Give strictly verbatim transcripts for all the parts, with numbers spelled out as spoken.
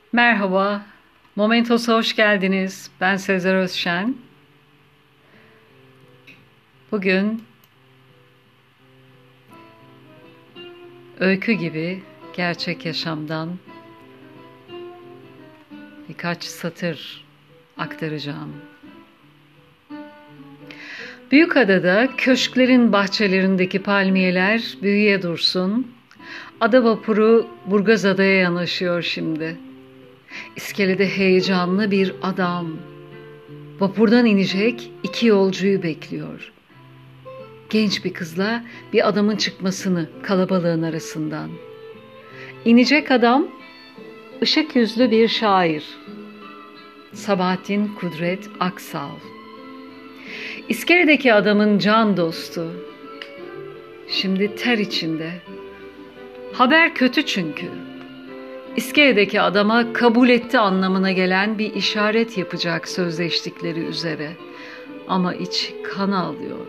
Merhaba, Momentos'a hoş geldiniz. Ben Sezer Özşen. Bugün öykü gibi gerçek yaşamdan birkaç satır aktaracağım. Büyükada'da köşklerin bahçelerindeki palmiyeler büyüye dursun. Ada vapuru Burgazada'ya yanaşıyor şimdi. İskelede heyecanlı bir adam. Vapurdan inecek iki yolcuyu bekliyor. Genç bir kızla bir adamın çıkmasını kalabalığın arasından. İnecek adam ışık yüzlü bir şair. Sabahattin Kudret Aksal. İskeledeki adamın can dostu. Şimdi ter içinde. Haber kötü çünkü. İskeledeki adama kabul etti anlamına gelen bir işaret yapacak sözleştikleri üzere. Ama iç kan ağlıyor.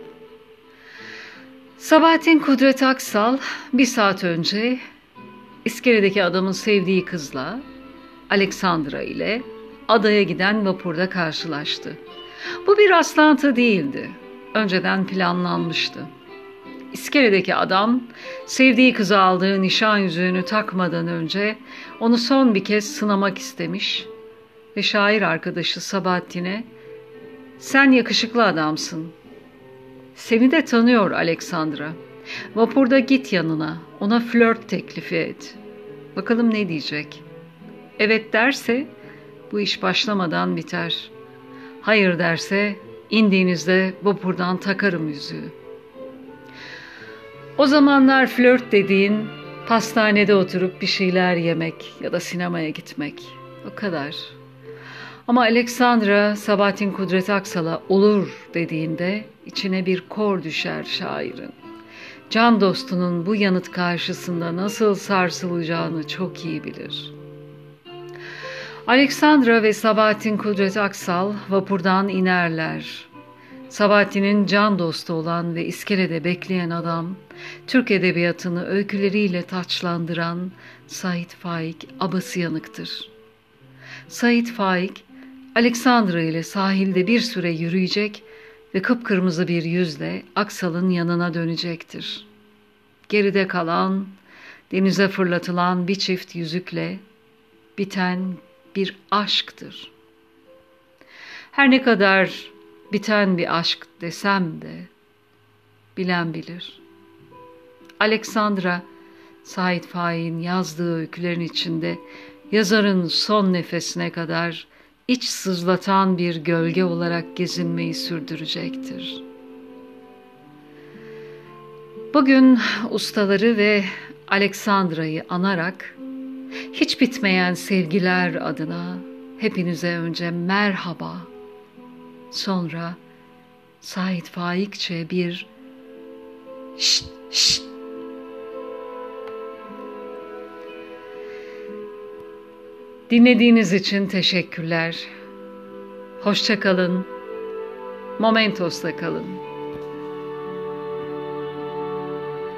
Sabahattin Kudret Aksal bir saat önce İskele'deki adamın sevdiği kızla, Alexandra ile adaya giden vapurda karşılaştı. Bu bir rastlantı değildi. Önceden planlanmıştı. İskele'deki adam sevdiği kızı aldığı nişan yüzüğünü takmadan önce onu son bir kez sınamak istemiş ve şair arkadaşı Sabahattin'e "Sen yakışıklı adamsın. Seni de tanıyor Alexandra. Vapurda git yanına, ona flört teklifi et. Bakalım ne diyecek. Evet derse bu iş başlamadan biter. Hayır derse indiğinizde vapurdan takarım yüzüğü." O zamanlar flört dediğin pastanede oturup bir şeyler yemek ya da sinemaya gitmek. O kadar. Ama Alexandra Sabahattin Kudret Aksal'a olur dediğinde içine bir kor düşer şairin. Can dostunun bu yanıt karşısında nasıl sarsılacağını çok iyi bilir. Alexandra ve Sabahattin Kudret Aksal vapurdan inerler. Sabahattin'in can dostu olan ve iskelede bekleyen adam, Türk edebiyatını öyküleriyle taçlandıran Sait Faik Abasıyanık'tır. Sait Faik, Alexandra ile sahilde bir süre yürüyecek ve kıpkırmızı bir yüzle Aksal'ın yanına dönecektir. Geride kalan, denize fırlatılan bir çift yüzükle biten bir aşktır. Her ne kadar biten bir aşk desem de bilen bilir. Alexandra, Sait Faik'in yazdığı öykülerin içinde yazarın son nefesine kadar iç sızlatan bir gölge olarak gezinmeyi sürdürecektir. Bugün ustaları ve Alexandra'yı anarak hiç bitmeyen sevgiler adına hepinize önce merhaba, sonra Sait Faikçe bir şşt şşt. Dinlediğiniz için teşekkürler. Hoşça kalın. Momentos'ta kalın.